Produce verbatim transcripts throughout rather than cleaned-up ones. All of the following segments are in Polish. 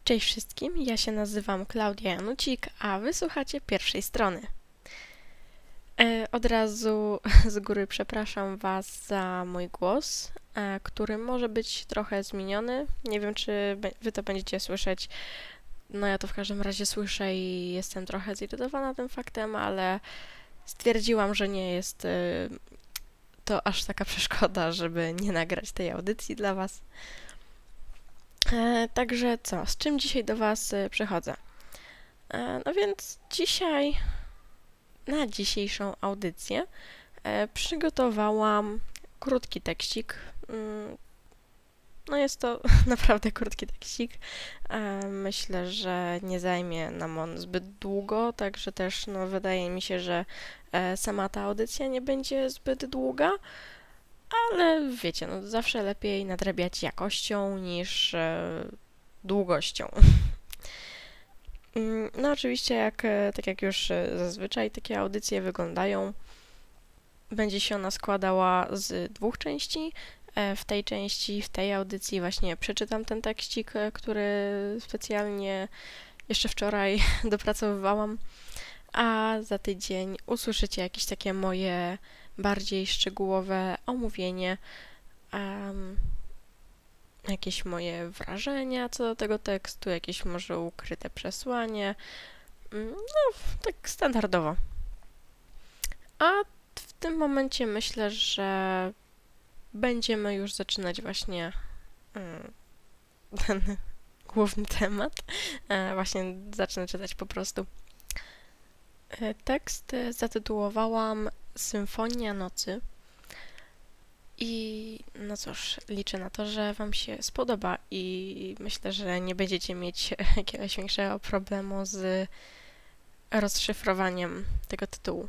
Cześć wszystkim, ja się nazywam Klaudia Janucik, a wysłuchacie pierwszej strony. E, od razu z góry przepraszam Was za mój głos, e, który może być trochę zmieniony. Nie wiem, czy Wy to będziecie słyszeć. No ja to w każdym razie słyszę i jestem trochę zirytowana tym faktem, ale stwierdziłam, że nie jest e, to aż taka przeszkoda, żeby nie nagrać tej audycji dla Was. E, także co, z czym dzisiaj do Was e, przychodzę? E, no więc dzisiaj, na dzisiejszą audycję e, przygotowałam krótki tekścik. Mm, No jest to naprawdę krótki tekścik. E, myślę, że nie zajmie nam on zbyt długo, także też no, wydaje mi się, że e, sama ta audycja nie będzie zbyt długa. Ale wiecie, no zawsze lepiej nadrabiać jakością niż e, długością. No oczywiście, jak, tak jak już zazwyczaj takie audycje wyglądają, będzie się ona składała z dwóch części. W tej części, w tej audycji właśnie przeczytam ten tekścik, który specjalnie jeszcze wczoraj dopracowywałam, a za tydzień usłyszycie jakieś takie moje bardziej szczegółowe omówienie, um, jakieś moje wrażenia co do tego tekstu, jakieś może ukryte przesłanie, no tak standardowo. A w tym momencie myślę, że będziemy już zaczynać właśnie um, ten główny temat. E, właśnie zacznę czytać po prostu. E, tekst zatytułowałam Symfonia Nocy. I no cóż, liczę na to, że Wam się spodoba i myślę, że nie będziecie mieć jakiegoś większego problemu z rozszyfrowaniem tego tytułu.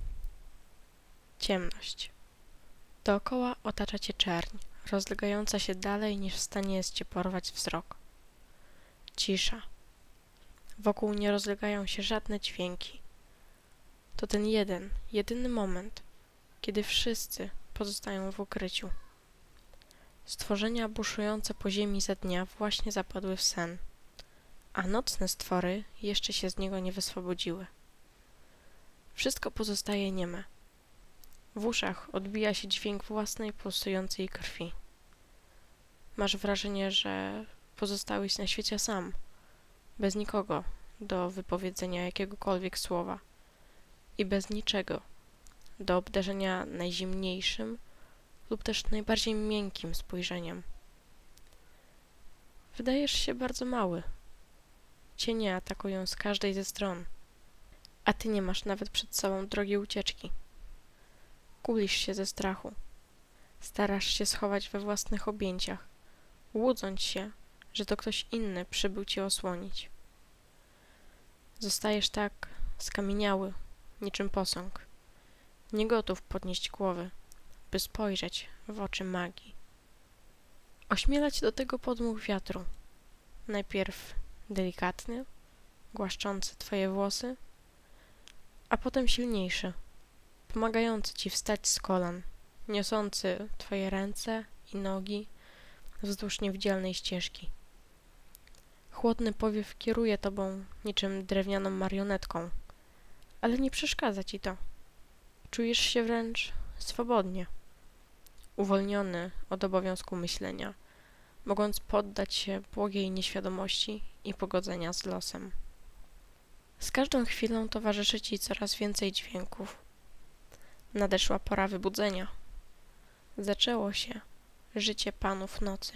Ciemność. Dookoła otacza Cię czerń, rozlegająca się dalej niż w stanie jest Cię porwać wzrok. Cisza. Wokół nie rozlegają się żadne dźwięki. To ten jeden, jedyny moment, kiedy wszyscy pozostają w ukryciu. Stworzenia buszujące po ziemi za dnia właśnie zapadły w sen, a nocne stwory jeszcze się z niego nie wyswobodziły. Wszystko pozostaje nieme. W uszach odbija się dźwięk własnej pulsującej krwi. Masz wrażenie, że pozostałeś na świecie sam, bez nikogo do wypowiedzenia jakiegokolwiek słowa i bez niczego do obdarzenia najzimniejszym lub też najbardziej miękkim spojrzeniem. Wydajesz się bardzo mały. Cienie atakują z każdej ze stron, a ty nie masz nawet przed sobą drogi ucieczki. Kulisz się ze strachu. Starasz się schować we własnych objęciach, łudząc się, że to ktoś inny przybył cię osłonić. Zostajesz tak skamieniały, niczym posąg, nie gotów podnieść głowy, by spojrzeć w oczy magii. Ośmiela cię do tego podmuch wiatru. Najpierw delikatny, głaszczący twoje włosy, a potem silniejszy, pomagający ci wstać z kolan, niosący twoje ręce i nogi wzdłuż niewidzialnej ścieżki. Chłodny powiew kieruje tobą niczym drewnianą marionetką, ale nie przeszkadza ci to. Czujesz się wręcz swobodnie, uwolniony od obowiązku myślenia, mogąc poddać się błogiej nieświadomości i pogodzenia z losem. Z każdą chwilą towarzyszy ci coraz więcej dźwięków. Nadeszła pora wybudzenia. Zaczęło się życie panów nocy.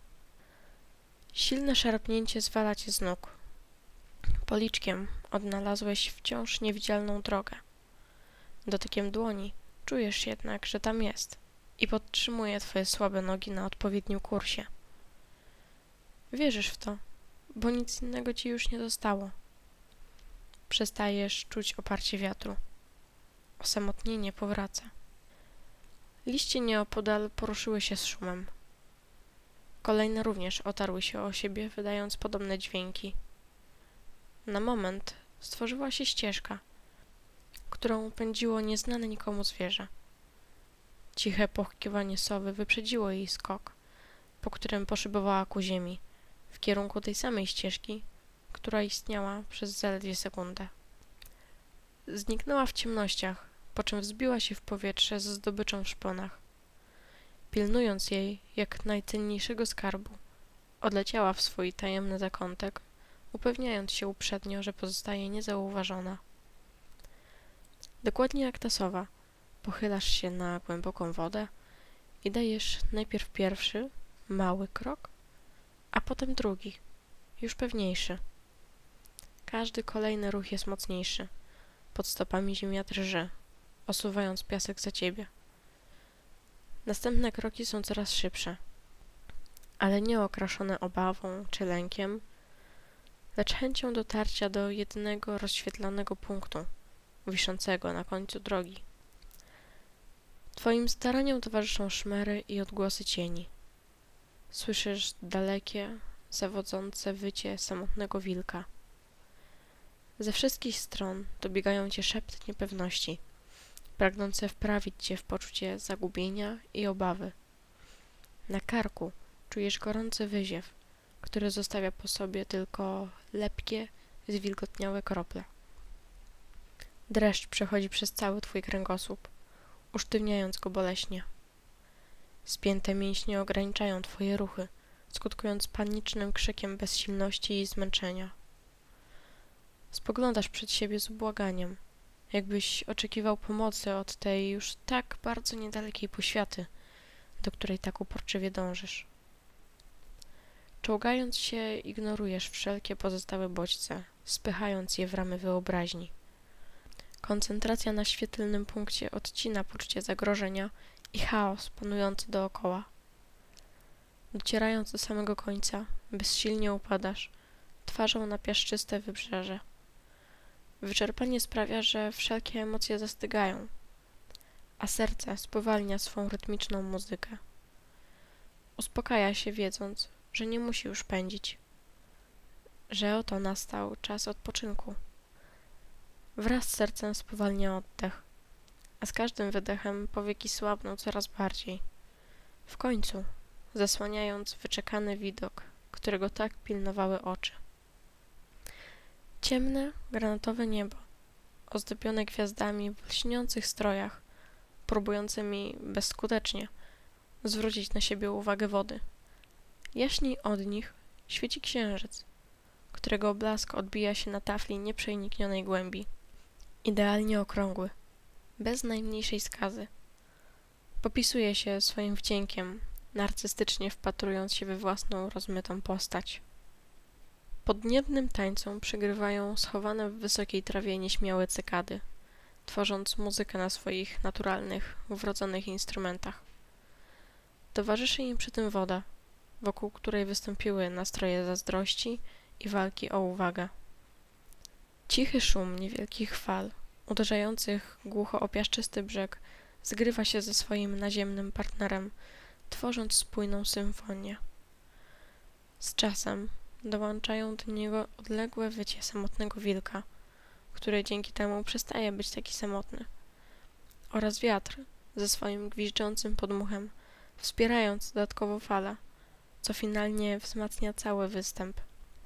Silne szarpnięcie zwala cię z nóg. Policzkiem odnalazłeś wciąż niewidzialną drogę. Dotykiem dłoni czujesz jednak, że tam jest i podtrzymuje twoje słabe nogi na odpowiednim kursie. Wierzysz w to, bo nic innego ci już nie zostało. Przestajesz czuć oparcie wiatru. Osamotnienie powraca. Liście nieopodal poruszyły się z szumem. Kolejne również otarły się o siebie, wydając podobne dźwięki. Na moment stworzyła się ścieżka, którą pędziło nieznane nikomu zwierzę. Ciche pochukiwanie sowy wyprzedziło jej skok, po którym poszybowała ku ziemi, w kierunku tej samej ścieżki, która istniała przez zaledwie sekundę. Zniknęła w ciemnościach, po czym wzbiła się w powietrze ze zdobyczą w szponach. Pilnując jej jak najcenniejszego skarbu, odleciała w swój tajemny zakątek, upewniając się uprzednio, że pozostaje niezauważona. Dokładnie jak ta sowa, pochylasz się na głęboką wodę i dajesz najpierw pierwszy, mały krok, a potem drugi, już pewniejszy. Każdy kolejny ruch jest mocniejszy. Pod stopami ziemia drży, osuwając piasek za ciebie. Następne kroki są coraz szybsze, ale nie okraszone obawą czy lękiem, lecz chęcią dotarcia do jedynego rozświetlonego punktu, wiszącego na końcu drogi. Twoim staraniom towarzyszą szmery i odgłosy cieni. Słyszysz dalekie, zawodzące wycie samotnego wilka. Ze wszystkich stron dobiegają cię szepty niepewności, pragnące wprawić cię w poczucie zagubienia i obawy. Na karku czujesz gorący wyziew, który zostawia po sobie tylko lepkie, zwilgotniałe krople. Dreszcz przechodzi przez cały twój kręgosłup, usztywniając go boleśnie. Spięte mięśnie ograniczają twoje ruchy, skutkując panicznym krzykiem bezsilności i zmęczenia. Spoglądasz przed siebie z ubłaganiem, jakbyś oczekiwał pomocy od tej już tak bardzo niedalekiej poświaty, do której tak uporczywie dążysz. Czołgając się, ignorujesz wszelkie pozostałe bodźce, spychając je w ramy wyobraźni. Koncentracja na świetlnym punkcie odcina poczucie zagrożenia i chaos panujący dookoła. Docierając do samego końca, bezsilnie upadasz, twarzą na piaszczyste wybrzeże. Wyczerpanie sprawia, że wszelkie emocje zastygają, a serce spowalnia swą rytmiczną muzykę. Uspokaja się, wiedząc, że nie musi już pędzić, że oto nastał czas odpoczynku. Wraz z sercem spowalnia oddech, a z każdym wydechem powieki słabną coraz bardziej. W końcu, zasłaniając wyczekany widok, którego tak pilnowały oczy. Ciemne, granatowe niebo, ozdobione gwiazdami w lśniących strojach, próbującymi bezskutecznie zwrócić na siebie uwagę wody. Jaśniej od nich świeci księżyc, którego blask odbija się na tafli nieprzeniknionej głębi. Idealnie okrągły, bez najmniejszej skazy. Popisuje się swoim wdziękiem, narcystycznie wpatrując się we własną rozmytą postać. Podniebnym tańcom przygrywają schowane w wysokiej trawie nieśmiałe cykady, tworząc muzykę na swoich naturalnych, wrodzonych instrumentach. Towarzyszy im przy tym woda, wokół której wystąpiły nastroje zazdrości i walki o uwagę. Cichy szum niewielkich fal, uderzających głucho o piaszczysty brzeg, zgrywa się ze swoim naziemnym partnerem, tworząc spójną symfonię. Z czasem dołączają do niego odległe wycie samotnego wilka, który dzięki temu przestaje być taki samotny, oraz wiatr ze swoim gwiżdżącym podmuchem, wspierając dodatkowo falę, co finalnie wzmacnia cały występ.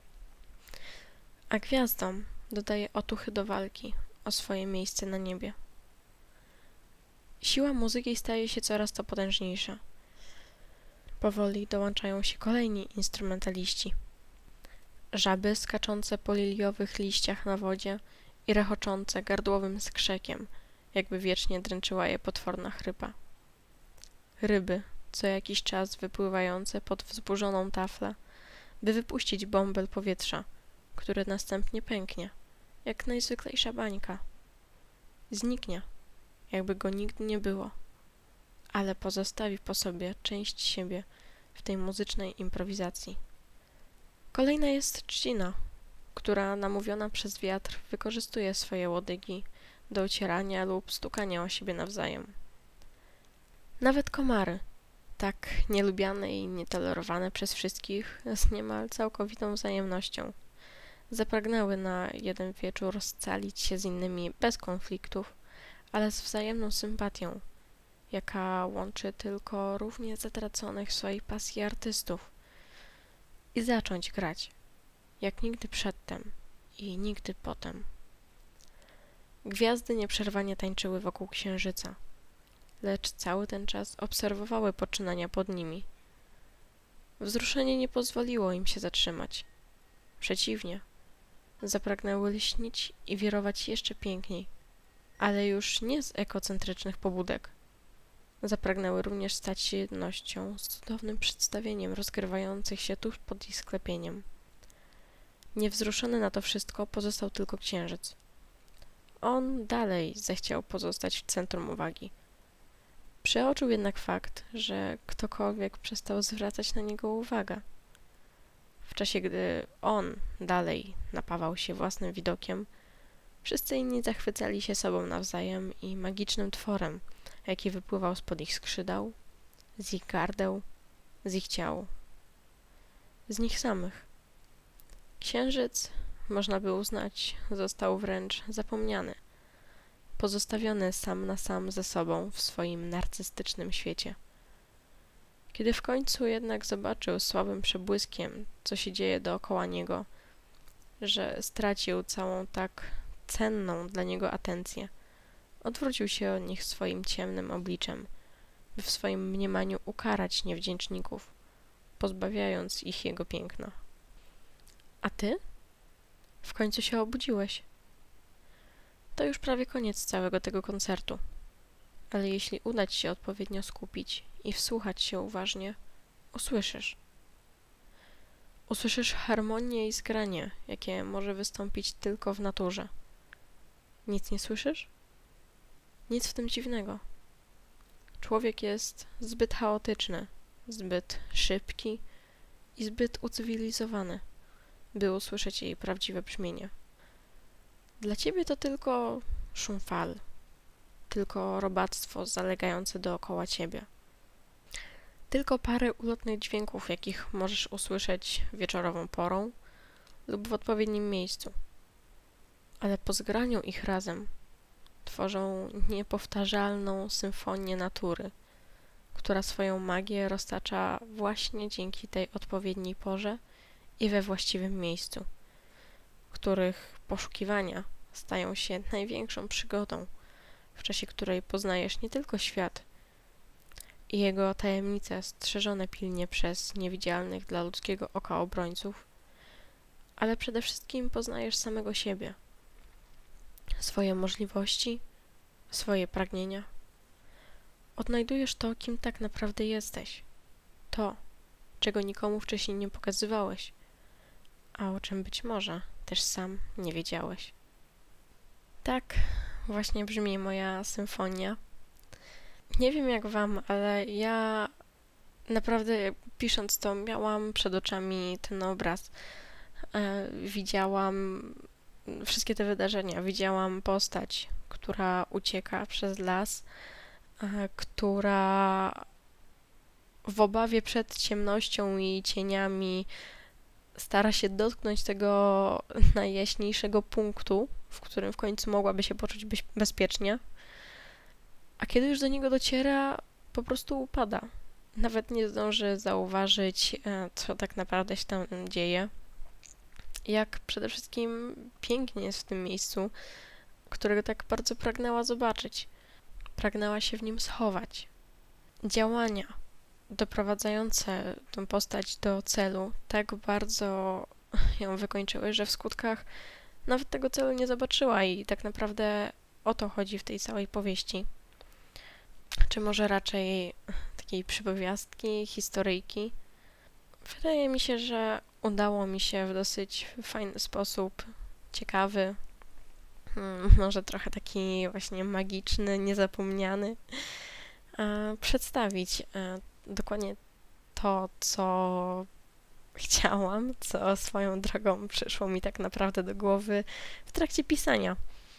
A gwiazdom dodaje otuchy do walki o swoje miejsce na niebie. Siła muzyki staje się coraz to potężniejsza. Powoli dołączają się kolejni instrumentaliści. Żaby skaczące po liliowych liściach na wodzie i rechoczące gardłowym skrzekiem, jakby wiecznie dręczyła je potworna chrypa. Ryby, co jakiś czas wypływające pod wzburzoną taflę, by wypuścić bąbel powietrza, który następnie pęknie, jak najzwyklejsza bańka. Zniknie, jakby go nigdy nie było, ale pozostawi po sobie część siebie w tej muzycznej improwizacji. Kolejna jest trzcina, która namówiona przez wiatr wykorzystuje swoje łodygi do ocierania lub stukania o siebie nawzajem. Nawet komary, tak nielubiane i nietolerowane przez wszystkich z niemal całkowitą wzajemnością, zapragnęły na jeden wieczór scalić się z innymi bez konfliktów, ale z wzajemną sympatią, jaka łączy tylko równie zatraconych w swojej pasji artystów. i zacząć grać, jak nigdy przedtem i nigdy potem. Gwiazdy nieprzerwanie tańczyły wokół księżyca, lecz cały ten czas obserwowały poczynania pod nimi. Wzruszenie nie pozwoliło im się zatrzymać. Przeciwnie, zapragnęły lśnić i wirować jeszcze piękniej, ale już nie z ekocentrycznych pobudek. Zapragnęły również stać się jednością z cudownym przedstawieniem rozgrywających się tuż pod ich sklepieniem. Niewzruszony na to wszystko pozostał tylko księżyc. On dalej zechciał pozostać w centrum uwagi. Przeoczył jednak fakt, że ktokolwiek przestał zwracać na niego uwagę. W czasie, gdy on dalej napawał się własnym widokiem, wszyscy inni zachwycali się sobą nawzajem i magicznym tworem, jaki wypływał spod ich skrzydeł, z ich gardeł, z ich ciał, z nich samych. Księżyc, można by uznać, został wręcz zapomniany, pozostawiony sam na sam ze sobą w swoim narcystycznym świecie. Kiedy w końcu jednak zobaczył słabym przebłyskiem, co się dzieje dookoła niego, że stracił całą tak cenną dla niego atencję, odwrócił się od nich swoim ciemnym obliczem, by w swoim mniemaniu ukarać niewdzięczników, pozbawiając ich jego piękna. A ty? W końcu się obudziłeś. To już prawie koniec całego tego koncertu, ale jeśli uda ci się odpowiednio skupić i wsłuchać się uważnie, usłyszysz. Usłyszysz harmonię i zgranie, jakie może wystąpić tylko w naturze. Nic nie słyszysz? Nic w tym dziwnego. Człowiek jest zbyt chaotyczny, zbyt szybki i zbyt ucywilizowany, by usłyszeć jej prawdziwe brzmienie. Dla ciebie to tylko szum fal, tylko robactwo zalegające dookoła ciebie. Tylko parę ulotnych dźwięków, jakich możesz usłyszeć wieczorową porą lub w odpowiednim miejscu. Ale po zgraniu ich razem tworzą niepowtarzalną symfonię natury, która swoją magię roztacza właśnie dzięki tej odpowiedniej porze i we właściwym miejscu, których poszukiwania stają się największą przygodą, w czasie której poznajesz nie tylko świat i jego tajemnice strzeżone pilnie przez niewidzialnych dla ludzkiego oka obrońców, ale przede wszystkim poznajesz samego siebie, swoje możliwości, swoje pragnienia. Odnajdujesz to, kim tak naprawdę jesteś, to, czego nikomu wcześniej nie pokazywałeś, a o czym być może też sam nie wiedziałeś. Tak właśnie brzmi moja symfonia. Nie wiem jak wam, ale ja naprawdę pisząc to miałam przed oczami ten obraz. E, widziałam wszystkie te wydarzenia. Widziałam postać, która ucieka przez las, e, która w obawie przed ciemnością i cieniami stara się dotknąć tego najjaśniejszego punktu, w którym w końcu mogłaby się poczuć być bezpiecznie, a kiedy już do niego dociera, po prostu upada. Nawet nie zdąży zauważyć, co tak naprawdę się tam dzieje. Jak przede wszystkim pięknie jest w tym miejscu, którego tak bardzo pragnęła zobaczyć. Pragnęła się w nim schować. Działania doprowadzające tę postać do celu tak bardzo ją wykończyły, że w skutkach nawet tego celu nie zobaczyła i tak naprawdę o to chodzi w tej całej powieści. Czy może raczej takiej przypowiastki, historyjki. Wydaje mi się, że udało mi się w dosyć fajny sposób, ciekawy, hmm, może trochę taki właśnie magiczny, niezapomniany, e, przedstawić e, dokładnie to, co chciałam, co swoją drogą przyszło mi tak naprawdę do głowy w trakcie pisania.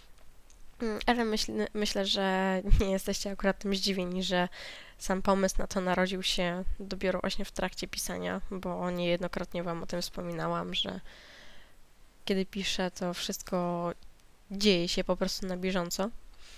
Ale myśl, myślę, że nie jesteście akurat tym zdziwieni, że sam pomysł na to narodził się dopiero właśnie w trakcie pisania, bo niejednokrotnie wam o tym wspominałam, że kiedy piszę, to wszystko dzieje się po prostu na bieżąco.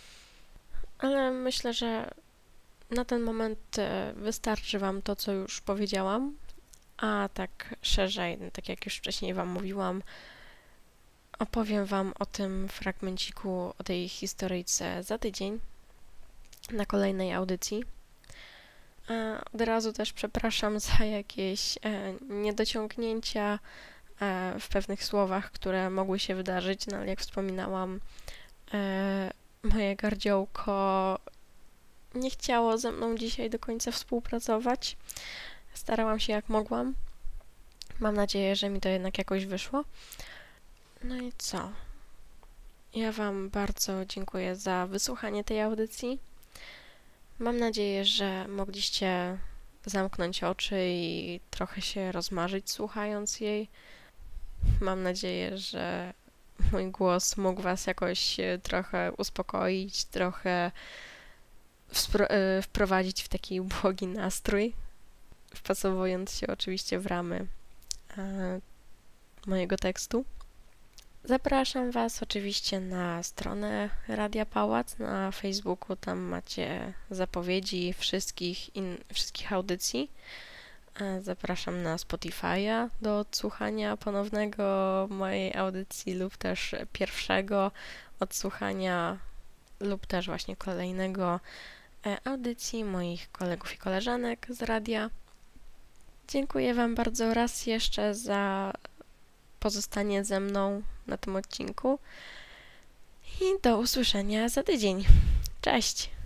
Ale myślę, że na ten moment wystarczy wam to, co już powiedziałam, A tak szerzej, no tak jak już wcześniej Wam mówiłam, opowiem Wam o tym fragmenciku, o tej historyjce za tydzień na kolejnej audycji. Od razu też przepraszam za jakieś niedociągnięcia w pewnych słowach, które mogły się wydarzyć, no ale jak wspominałam, moje gardziołko nie chciało ze mną dzisiaj do końca współpracować. Starałam się jak mogłam. Mam nadzieję, że mi to jednak jakoś wyszło. No i co? Ja Wam bardzo dziękuję za wysłuchanie tej audycji. Mam nadzieję, że mogliście zamknąć oczy i trochę się rozmarzyć słuchając jej. Mam nadzieję, że mój głos mógł Was jakoś trochę uspokoić, trochę wprowadzić w taki błogi nastrój, wpasowując się oczywiście w ramy e, mojego tekstu. Zapraszam Was oczywiście na stronę Radia Pałac na Facebooku, tam macie zapowiedzi wszystkich, in, wszystkich audycji. Zapraszam na Spotify'a do odsłuchania ponownego mojej audycji lub też pierwszego odsłuchania lub też właśnie kolejnego audycji moich kolegów i koleżanek z radia. Dziękuję Wam bardzo raz jeszcze za pozostanie ze mną na tym odcinku i do usłyszenia za tydzień. Cześć!